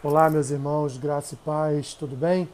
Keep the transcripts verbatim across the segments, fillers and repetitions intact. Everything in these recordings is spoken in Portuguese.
Olá, meus irmãos, graça e paz, tudo bem?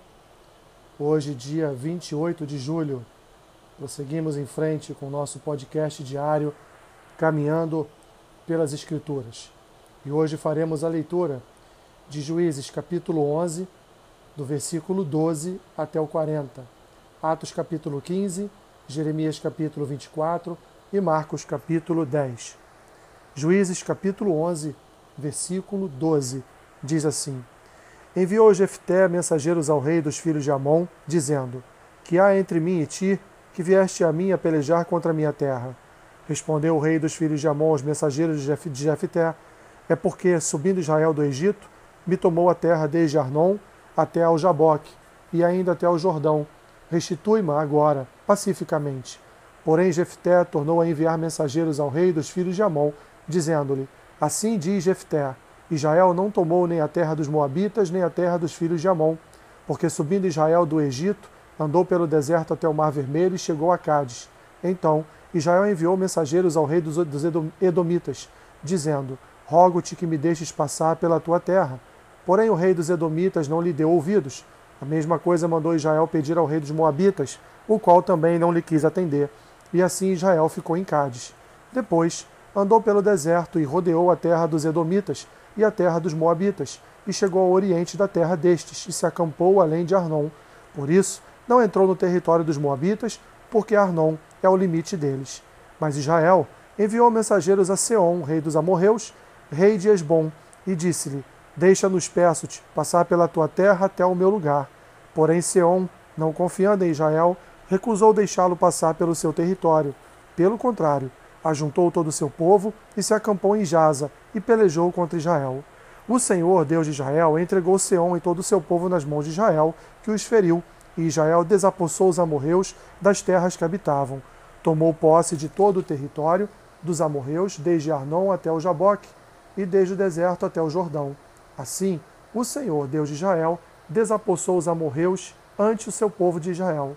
Hoje, dia vinte e oito de julho, prosseguimos em frente com o nosso podcast diário, Caminhando pelas Escrituras. E hoje faremos a leitura de Juízes, capítulo onze, do versículo doze até o quarenta, Atos, capítulo quinze, Jeremias, capítulo vinte e quatro e Marcos, capítulo dez. Juízes, capítulo onze, versículo doze, diz assim: Enviou Jefté mensageiros ao rei dos filhos de Amon, dizendo: Que há entre mim e ti, que vieste a mim a pelejar contra a minha terra? Respondeu o rei dos filhos de Amon aos mensageiros de Jefté: É porque, subindo Israel do Egito, me tomou a terra desde Arnon até ao Jaboque, e ainda até ao Jordão. Restitui-me agora, pacificamente. Porém Jefté tornou a enviar mensageiros ao rei dos filhos de Amon, dizendo-lhe: Assim diz Jefté: Israel não tomou nem a terra dos Moabitas, nem a terra dos filhos de Amon, porque subindo Israel do Egito, andou pelo deserto até o Mar Vermelho e chegou a Cádiz. Então Israel enviou mensageiros ao rei dos Edomitas, dizendo: Rogo-te que me deixes passar pela tua terra. Porém o rei dos Edomitas não lhe deu ouvidos. A mesma coisa mandou Israel pedir ao rei dos Moabitas, o qual também não lhe quis atender. E assim Israel ficou em Cádiz. Depois andou pelo deserto e rodeou a terra dos Edomitas e a terra dos Moabitas, e chegou ao oriente da terra destes, e se acampou além de Arnon. Por isso, não entrou no território dos Moabitas, porque Arnon é o limite deles. Mas Israel enviou mensageiros a Seom, rei dos amorreus, rei de Esbom, e disse-lhe: Deixa-nos, peço-te, passar pela tua terra até o meu lugar. Porém Seom, não confiando em Israel, recusou deixá-lo passar pelo seu território. Pelo contrário, ajuntou todo o seu povo e se acampou em Jaza e pelejou contra Israel. O Senhor, Deus de Israel, entregou Seom e todo o seu povo nas mãos de Israel, que os feriu, e Israel desapossou os amorreus das terras que habitavam. Tomou posse de todo o território dos amorreus, desde Arnon até o Jaboque, e desde o deserto até o Jordão. Assim, o Senhor, Deus de Israel, desapossou os amorreus ante o seu povo de Israel.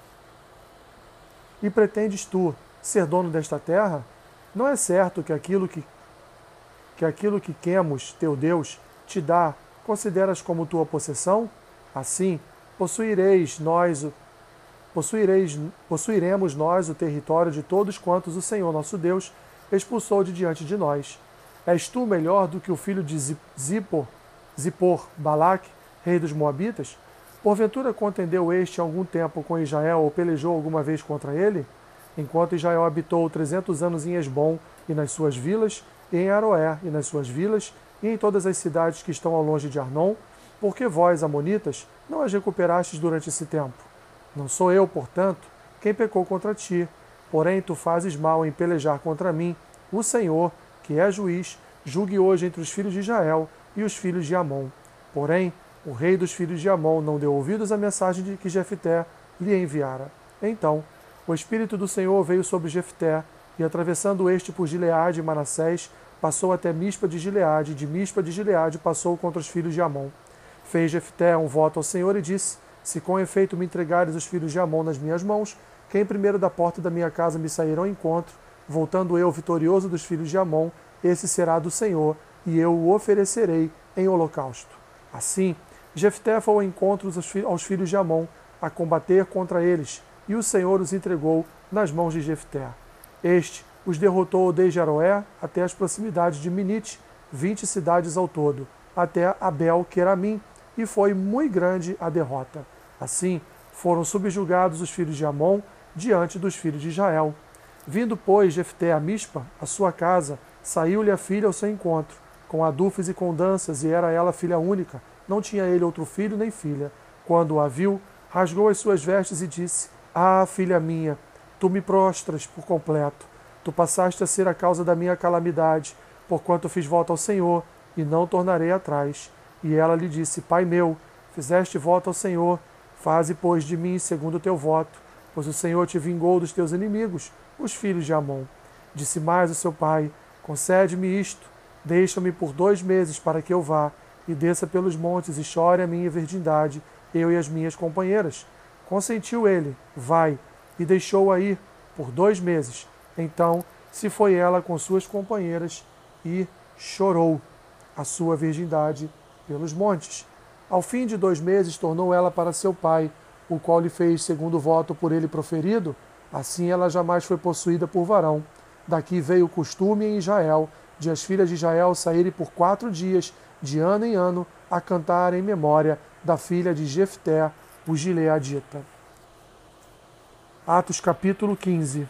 E pretendes tu ser dono desta terra? Não é certo que aquilo que, que aquilo que Quemos, teu Deus, te dá, consideras como tua possessão? Assim, possuireis nós, possuireis, possuiremos nós o território de todos quantos o Senhor nosso Deus expulsou de diante de nós. És tu melhor do que o filho de Zippor, Zippor, Balaque, rei dos Moabitas? Porventura contendeu este algum tempo com Israel ou pelejou alguma vez contra ele? Enquanto Israel habitou trezentos anos em Esbom e nas suas vilas, e em Aroé e nas suas vilas, e em todas as cidades que estão ao longe de Arnon, porque vós, amonitas, não as recuperastes durante esse tempo. Não sou eu, portanto, quem pecou contra ti, porém tu fazes mal em pelejar contra mim. O Senhor, que é juiz, julgue hoje entre os filhos de Israel e os filhos de Amon. Porém, o rei dos filhos de Amon não deu ouvidos à mensagem de que Jefté lhe enviara. Então, o Espírito do Senhor veio sobre Jefté, e atravessando este por Gileade e Manassés, passou até Mispa de Gileade, e de Mispa de Gileade passou contra os filhos de Amon. Fez Jefté um voto ao Senhor e disse: Se com efeito me entregares os filhos de Amon nas minhas mãos, quem primeiro da porta da minha casa me sairá ao encontro, voltando eu vitorioso dos filhos de Amon, esse será do Senhor, e eu o oferecerei em holocausto. Assim, Jefté foi ao encontro aos filhos de Amon, a combater contra eles, e o Senhor os entregou nas mãos de Jefté. Este os derrotou desde Aroé até as proximidades de Minite, vinte cidades ao todo, até Abel-Queramim, e foi muito grande a derrota. Assim, foram subjugados os filhos de Amon diante dos filhos de Israel. Vindo, pois, Jefté a Mispa, a sua casa, saiu-lhe a filha ao seu encontro, com adufes e com danças, e era ela filha única, não tinha ele outro filho nem filha. Quando a viu, rasgou as suas vestes e disse: Ah, filha minha, tu me prostras por completo. Tu passaste a ser a causa da minha calamidade, porquanto fiz voto ao Senhor, e não tornarei atrás. E ela lhe disse: Pai meu, fizeste voto ao Senhor, faze, pois, de mim segundo o teu voto, pois o Senhor te vingou dos teus inimigos, os filhos de Amon. Disse mais o seu pai: Concede-me isto, deixa-me por dois meses para que eu vá, e desça pelos montes e chore a minha virgindade, eu e as minhas companheiras. Consentiu ele: Vai, e deixou-a ir por dois meses. Então se foi ela com suas companheiras e chorou a sua virgindade pelos montes. Ao fim de dois meses tornou ela para seu pai, o qual lhe fez segundo o voto por ele proferido. Assim ela jamais foi possuída por varão. Daqui veio o costume em Israel, de as filhas de Israel saírem por quatro dias, de ano em ano, a cantar em memória da filha de Jefté, o gileadita. Atos capítulo quinze.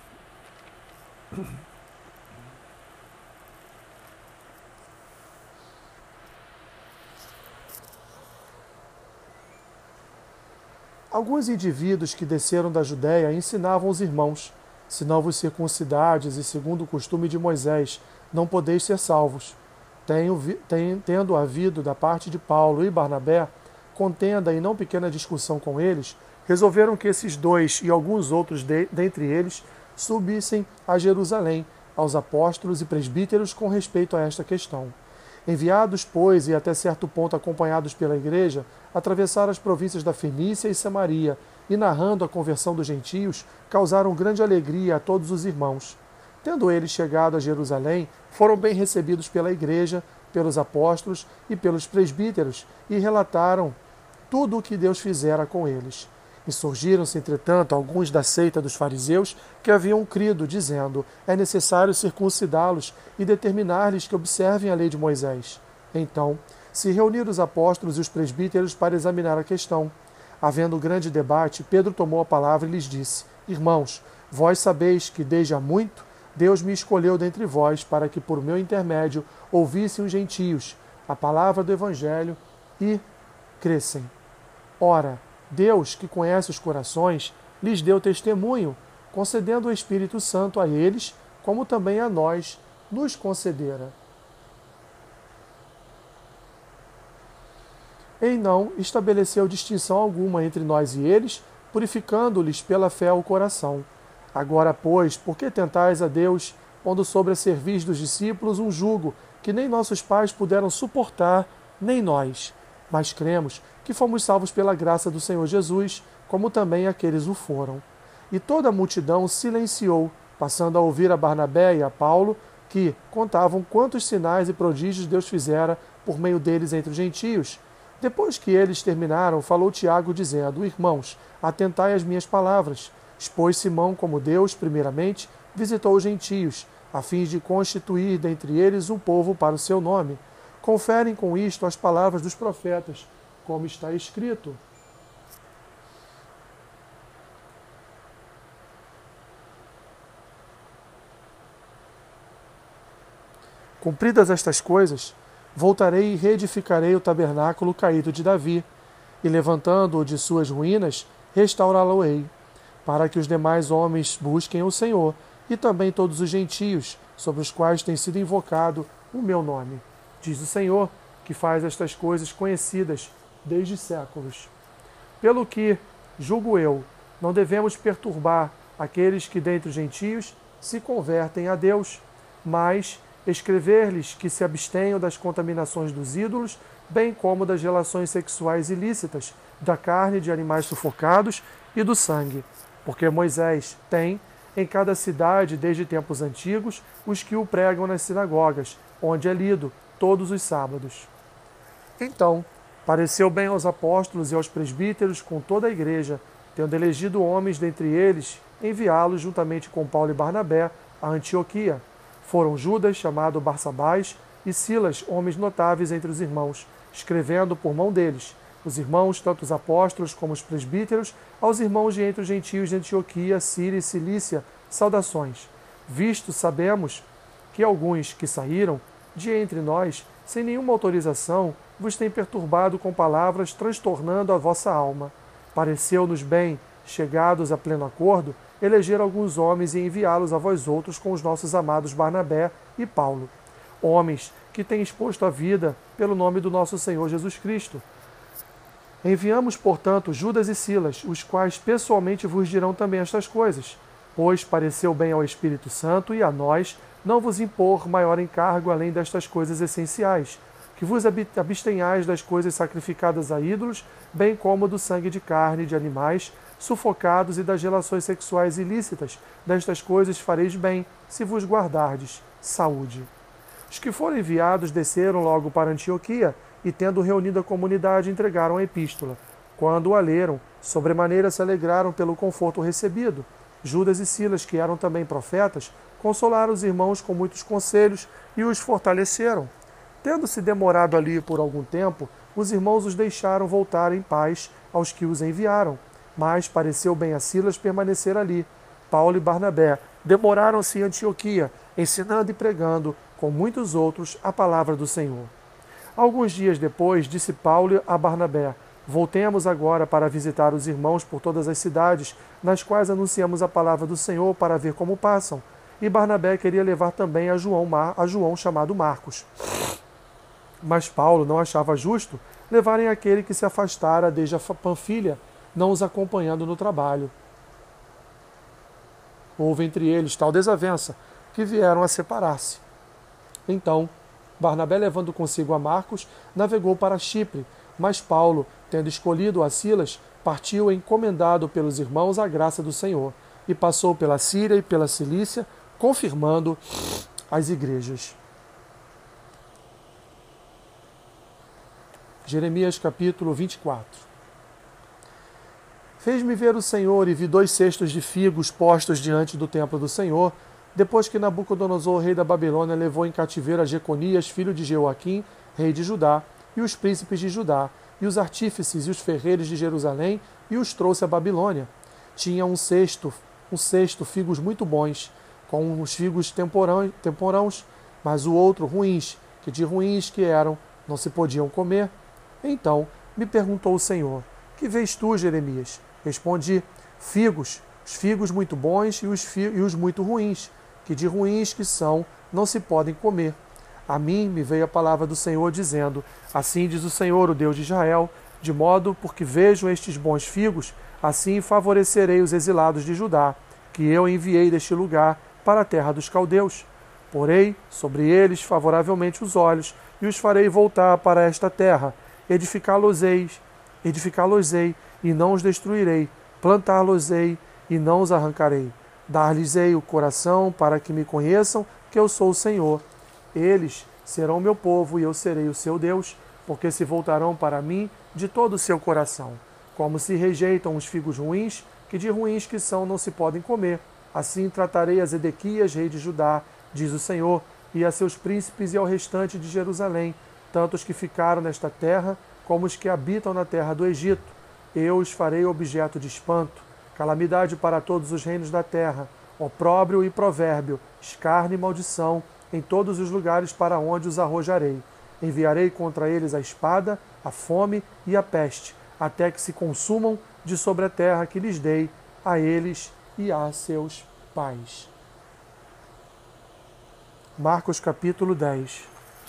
Alguns indivíduos que desceram da Judéia ensinavam os irmãos: se não vos circuncidades e segundo o costume de Moisés, não podeis ser salvos. Tenho, ten, tendo havido da parte de Paulo e Barnabé contenda e não pequena discussão com eles, resolveram que esses dois e alguns outros de, dentre eles subissem a Jerusalém aos apóstolos e presbíteros com respeito a esta questão. Enviados, pois, e até certo ponto acompanhados pela igreja, atravessaram as províncias da Fenícia e Samaria, e narrando a conversão dos gentios, causaram grande alegria a todos os irmãos. Tendo eles chegado a Jerusalém, foram bem recebidos pela igreja, pelos apóstolos e pelos presbíteros, e relataram tudo o que Deus fizera com eles. Insurgiram-se, entretanto, alguns da seita dos fariseus que haviam crido, dizendo: é necessário circuncidá-los e determinar-lhes que observem a lei de Moisés. Então, se reuniram os apóstolos e os presbíteros para examinar a questão. Havendo grande debate, Pedro tomou a palavra e lhes disse: irmãos, vós sabeis que desde há muito Deus me escolheu dentre vós para que por meu intermédio ouvissem os gentios a palavra do evangelho e crescem. Ora, Deus, que conhece os corações, lhes deu testemunho, concedendo o Espírito Santo a eles, como também a nós nos concedera. E não estabeleceu distinção alguma entre nós e eles, purificando-lhes pela fé o coração. Agora, pois, por que tentais a Deus, pondo sobre a cerviz dos discípulos um jugo que nem nossos pais puderam suportar, nem nós? Mas cremos que fomos salvos pela graça do Senhor Jesus, como também aqueles o foram. E toda a multidão silenciou, passando a ouvir a Barnabé e a Paulo, que contavam quantos sinais e prodígios Deus fizera por meio deles entre os gentios. Depois que eles terminaram, falou Tiago, dizendo: irmãos, atentai às minhas palavras. Expôs Simão como Deus, primeiramente, visitou os gentios, a fim de constituir dentre eles um povo para o seu nome. Conferem com isto as palavras dos profetas, como está escrito. Cumpridas estas coisas, voltarei e reedificarei o tabernáculo caído de Davi, e levantando-o de suas ruínas, restaurá-lo-ei, para que os demais homens busquem o Senhor, e também todos os gentios, sobre os quais tem sido invocado o meu nome. Diz o Senhor, que faz estas coisas conhecidas desde séculos. Pelo que, julgo eu, não devemos perturbar aqueles que dentre os gentios se convertem a Deus, mas escrever-lhes que se abstenham das contaminações dos ídolos, bem como das relações sexuais ilícitas, da carne de animais sufocados e do sangue. Porque Moisés tem, em cada cidade, desde tempos antigos, os que o pregam nas sinagogas, onde é lido todos os sábados. Então, pareceu bem aos apóstolos e aos presbíteros com toda a igreja, tendo elegido homens dentre eles, enviá-los juntamente com Paulo e Barnabé a Antioquia. Foram Judas, chamado Barsabás, e Silas, homens notáveis entre os irmãos, escrevendo por mão deles. Os irmãos, tanto os apóstolos como os presbíteros, aos irmãos de entre os gentios de Antioquia, Síria e Cilícia, saudações. Visto sabemos que alguns que saíram de entre nós, sem nenhuma autorização, vos têm perturbado com palavras, transtornando a vossa alma. Pareceu-nos bem, chegados a pleno acordo, eleger alguns homens e enviá-los a vós outros com os nossos amados Barnabé e Paulo, homens que têm exposto a vida pelo nome do nosso Senhor Jesus Cristo. Enviamos, portanto, Judas e Silas, os quais pessoalmente vos dirão também estas coisas, pois pareceu bem ao Espírito Santo e a nós não vos impor maior encargo além destas coisas essenciais, que vos abstenhais das coisas sacrificadas a ídolos, bem como do sangue de carne de animais sufocados e das relações sexuais ilícitas. Destas coisas fareis bem, se vos guardardes saúde. Os que foram enviados desceram logo para Antioquia, e, tendo reunido a comunidade, entregaram a epístola. Quando a leram, sobremaneira se alegraram pelo conforto recebido. Judas e Silas, que eram também profetas, consolaram os irmãos com muitos conselhos e os fortaleceram. Tendo-se demorado ali por algum tempo, os irmãos os deixaram voltar em paz aos que os enviaram. Mas pareceu bem a Silas permanecer ali. Paulo e Barnabé demoraram-se em Antioquia, ensinando e pregando, com muitos outros, a palavra do Senhor. Alguns dias depois, disse Paulo a Barnabé: voltemos agora para visitar os irmãos por todas as cidades, nas quais anunciamos a palavra do Senhor, para ver como passam. E Barnabé queria levar também a João, a João chamado Marcos. Mas Paulo não achava justo levarem aquele que se afastara desde a Panfilha, não os acompanhando no trabalho. Houve entre eles tal desavença, que vieram a separar-se. Então, Barnabé, levando consigo a Marcos, navegou para Chipre, mas Paulo, tendo escolhido a Silas, partiu encomendado pelos irmãos à graça do Senhor, e passou pela Síria e pela Cilícia, confirmando as igrejas. Jeremias capítulo vinte e quatro. Fez-me ver o Senhor e vi dois cestos de figos postos diante do templo do Senhor, depois que Nabucodonosor, rei da Babilônia, levou em cativeiro a Jeconias, filho de Jeoaquim, rei de Judá, e os príncipes de Judá, e os artífices e os ferreiros de Jerusalém, e os trouxe à Babilônia. Tinha um cesto, um cesto figos muito bons, com os figos temporão, temporãos, mas o outro ruins, que de ruins que eram, não se podiam comer. Então me perguntou o Senhor: que vês tu, Jeremias? Respondi: figos, os figos muito bons e os, fi e os muito ruins, que de ruins que são, não se podem comer. A mim me veio a palavra do Senhor, dizendo: assim diz o Senhor, o Deus de Israel, de modo, porque vejo estes bons figos, assim favorecerei os exilados de Judá, que eu enviei deste lugar para a terra dos caldeus. Porei sobre eles favoravelmente os olhos, e os farei voltar para esta terra. Edificá-los-ei, edificá-los-ei, e não os destruirei. Plantá-los-ei, e não os arrancarei. Dar-lhes-ei o coração, para que me conheçam, que eu sou o Senhor. Eles serão meu povo, e eu serei o seu Deus, porque se voltarão para mim de todo o seu coração. Como se rejeitam os figos ruins, que de ruins que são não se podem comer, assim tratarei a Zedequias, rei de Judá, diz o Senhor, e a seus príncipes e ao restante de Jerusalém, tanto os que ficaram nesta terra, como os que habitam na terra do Egito. Eu os farei objeto de espanto, calamidade para todos os reinos da terra, opróbrio e provérbio, escárnio e maldição, em todos os lugares para onde os arrojarei. Enviarei contra eles a espada, a fome e a peste, até que se consumam de sobre a terra que lhes dei a eles e a seus pais. Marcos capítulo dez.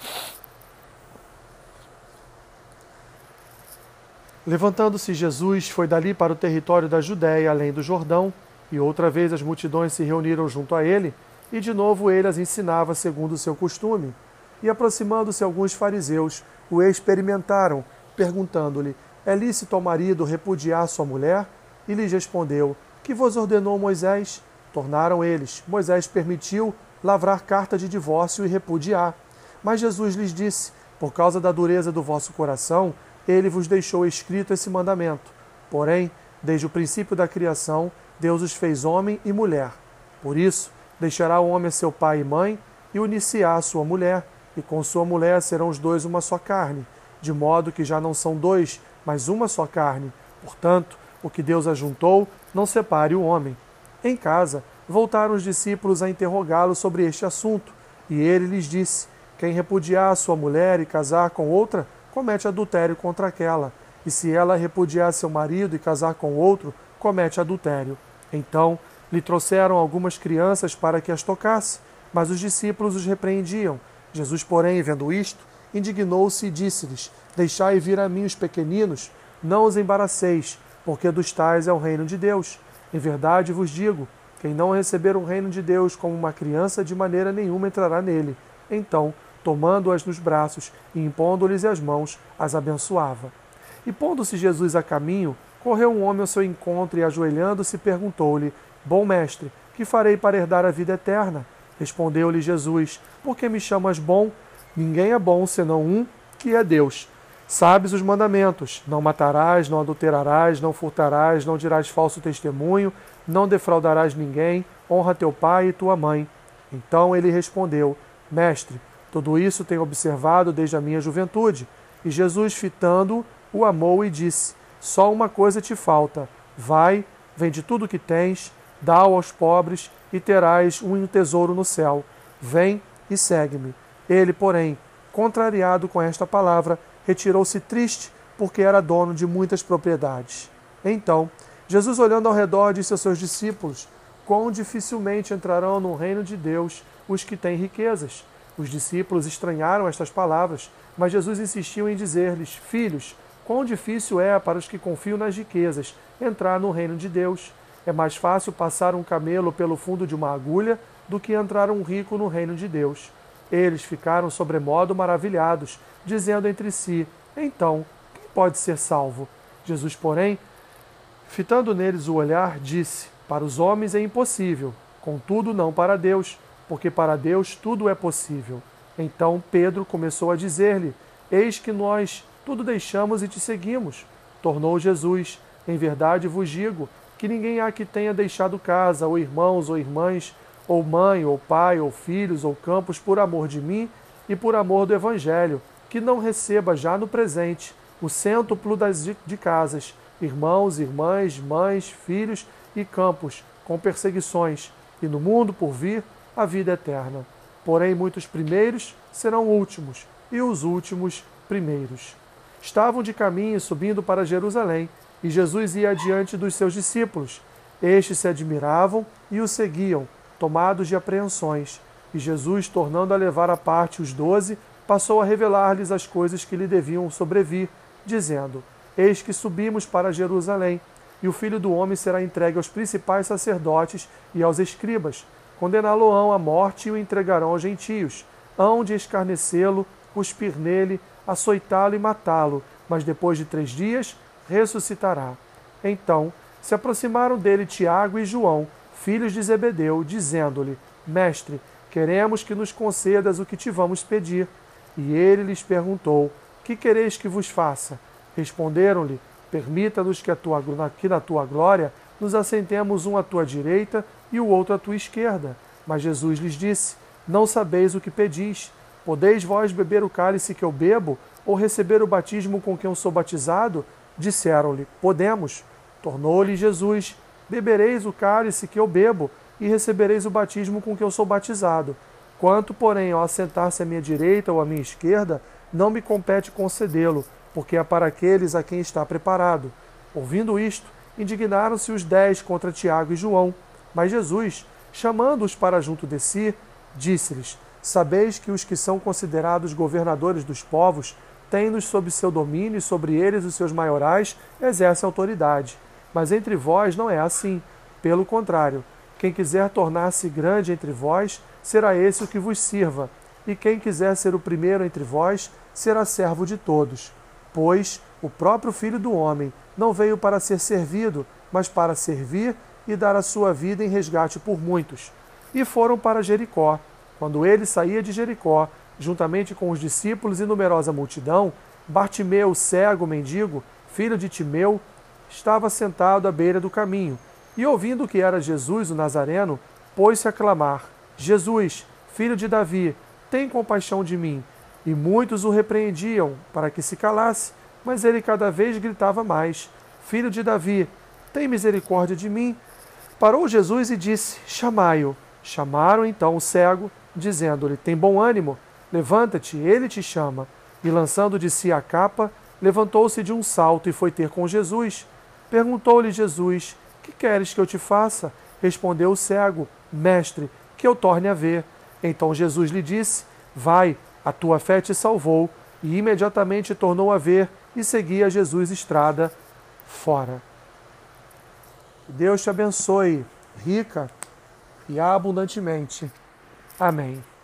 Levantando-se Jesus, foi dali para o território da Judéia, além do Jordão, e outra vez as multidões se reuniram junto a ele, e de novo ele as ensinava segundo o seu costume. E aproximando-se alguns fariseus, o experimentaram, perguntando-lhe: é lícito ao marido repudiar sua mulher? E lhes respondeu: que vos ordenou Moisés? Tornaram eles: Moisés permitiu lavrar carta de divórcio e repudiar. Mas Jesus lhes disse: por causa da dureza do vosso coração, ele vos deixou escrito esse mandamento. Porém, desde o princípio da criação, Deus os fez homem e mulher. Por isso, deixará o homem a seu pai e mãe, e unir-se-á a sua mulher, e com sua mulher serão os dois uma só carne, de modo que já não são dois, mas uma só carne. Portanto, o que Deus ajuntou, não separe o homem. Em casa, voltaram os discípulos a interrogá-lo sobre este assunto, e ele lhes disse: quem repudiar a sua mulher e casar com outra, comete adultério contra aquela, e se ela repudiar seu marido e casar com outro, comete adultério. Então lhe trouxeram algumas crianças para que as tocasse, mas os discípulos os repreendiam. Jesus, porém, vendo isto, indignou-se e disse-lhes: deixai vir a mim os pequeninos, não os embaraceis, porque dos tais é o reino de Deus. Em verdade vos digo, quem não receber o reino de Deus como uma criança, de maneira nenhuma entrará nele. Então, tomando-as nos braços e impondo-lhes as mãos, as abençoava. E pondo-se Jesus a caminho, correu um homem ao seu encontro e, ajoelhando-se, perguntou-lhe: bom mestre, que farei para herdar a vida eterna? Respondeu-lhe Jesus: por que me chamas bom? Ninguém é bom senão um, que é Deus. Sabes os mandamentos: não matarás, não adulterarás, não furtarás, não dirás falso testemunho, não defraudarás ninguém, honra teu pai e tua mãe. Então ele respondeu: Mestre, tudo isso tenho observado desde a minha juventude. E Jesus, fitando-o, o amou e disse: Só uma coisa te falta. Vai, vende tudo o que tens, dá-o aos pobres e terás um tesouro no céu. Vem e segue-me. Ele, porém, contrariado com esta palavra, retirou-se triste, porque era dono de muitas propriedades. Então, Jesus, olhando ao redor, disse aos seus discípulos: Quão dificilmente entrarão no reino de Deus os que têm riquezas. Os discípulos estranharam estas palavras, mas Jesus insistiu em dizer-lhes: Filhos, quão difícil é para os que confiam nas riquezas entrar no reino de Deus. É mais fácil passar um camelo pelo fundo de uma agulha do que entrar um rico no reino de Deus. Eles ficaram sobremodo maravilhados, dizendo entre si: Então, quem pode ser salvo? Jesus, porém, fitando neles o olhar, disse: Para os homens é impossível, contudo não para Deus, porque para Deus tudo é possível. Então Pedro começou a dizer-lhe: Eis que nós tudo deixamos e te seguimos. Tornou Jesus: Em verdade vos digo que ninguém há que tenha deixado casa, ou irmãos, ou irmãs, ou mãe, ou pai, ou filhos, ou campos, por amor de mim e por amor do Evangelho, que não receba já no presente o cêntuplo das de casas, irmãos, irmãs, mães, filhos e campos, com perseguições, e no mundo por vir a vida eterna. Porém, muitos primeiros serão últimos, e os últimos primeiros. Estavam de caminho subindo para Jerusalém, e Jesus ia adiante dos seus discípulos. Estes se admiravam e o seguiam, tomados de apreensões. E Jesus, tornando a levar à parte os doze, passou a revelar-lhes as coisas que lhe deviam sobrevir, dizendo: Eis que subimos para Jerusalém, e o Filho do Homem será entregue aos principais sacerdotes e aos escribas. Condená-lo-ão à morte e o entregarão aos gentios. Hão de escarnecê-lo, cuspir nele, açoitá-lo e matá-lo, mas depois de três dias ressuscitará. Então se aproximaram dele Tiago e João, filhos de Zebedeu, dizendo-lhe: Mestre, queremos que nos concedas o que te vamos pedir. E ele lhes perguntou: Que quereis que vos faça? Responderam-lhe: Permita-nos que, a tua, que na tua glória nos assentemos um à tua direita e o outro à tua esquerda. Mas Jesus lhes disse: Não sabeis o que pedis. Podeis vós beber o cálice que eu bebo, ou receber o batismo com que eu sou batizado? Disseram-lhe: Podemos. Tornou-lhe Jesus: Bebereis o cálice que eu bebo, e recebereis o batismo com que eu sou batizado. Quanto, porém, ao assentar-se à minha direita ou à minha esquerda, não me compete concedê-lo, porque é para aqueles a quem está preparado. Ouvindo isto, indignaram-se os dez contra Tiago e João. Mas Jesus, chamando-os para junto de si, disse-lhes: Sabeis que os que são considerados governadores dos povos têm-nos sob seu domínio, e sobre eles os seus maiorais exercem autoridade. Mas entre vós não é assim. Pelo contrário, quem quiser tornar-se grande entre vós, será esse o que vos sirva. E quem quiser ser o primeiro entre vós, será servo de todos. Pois o próprio Filho do Homem não veio para ser servido, mas para servir e dar a sua vida em resgate por muitos. E foram para Jericó. Quando ele saía de Jericó, juntamente com os discípulos e numerosa multidão, Bartimeu, cego, mendigo, filho de Timeu, estava sentado à beira do caminho, e ouvindo que era Jesus, o Nazareno, pôs-se a clamar: Jesus, filho de Davi, tem compaixão de mim. E muitos o repreendiam para que se calasse, mas ele cada vez gritava mais: Filho de Davi, tem misericórdia de mim. Parou Jesus e disse: Chamai-o. Chamaram então o cego, dizendo-lhe: Tem bom ânimo, levanta-te, ele te chama. E lançando de si a capa, levantou-se de um salto e foi ter com Jesus. Perguntou-lhe Jesus: Que queres que eu te faça? Respondeu o cego: Mestre, que eu torne a ver. Então Jesus lhe disse: Vai, a tua fé te salvou. E imediatamente tornou a ver e seguia Jesus estrada fora. Deus te abençoe, rica e abundantemente. Amém.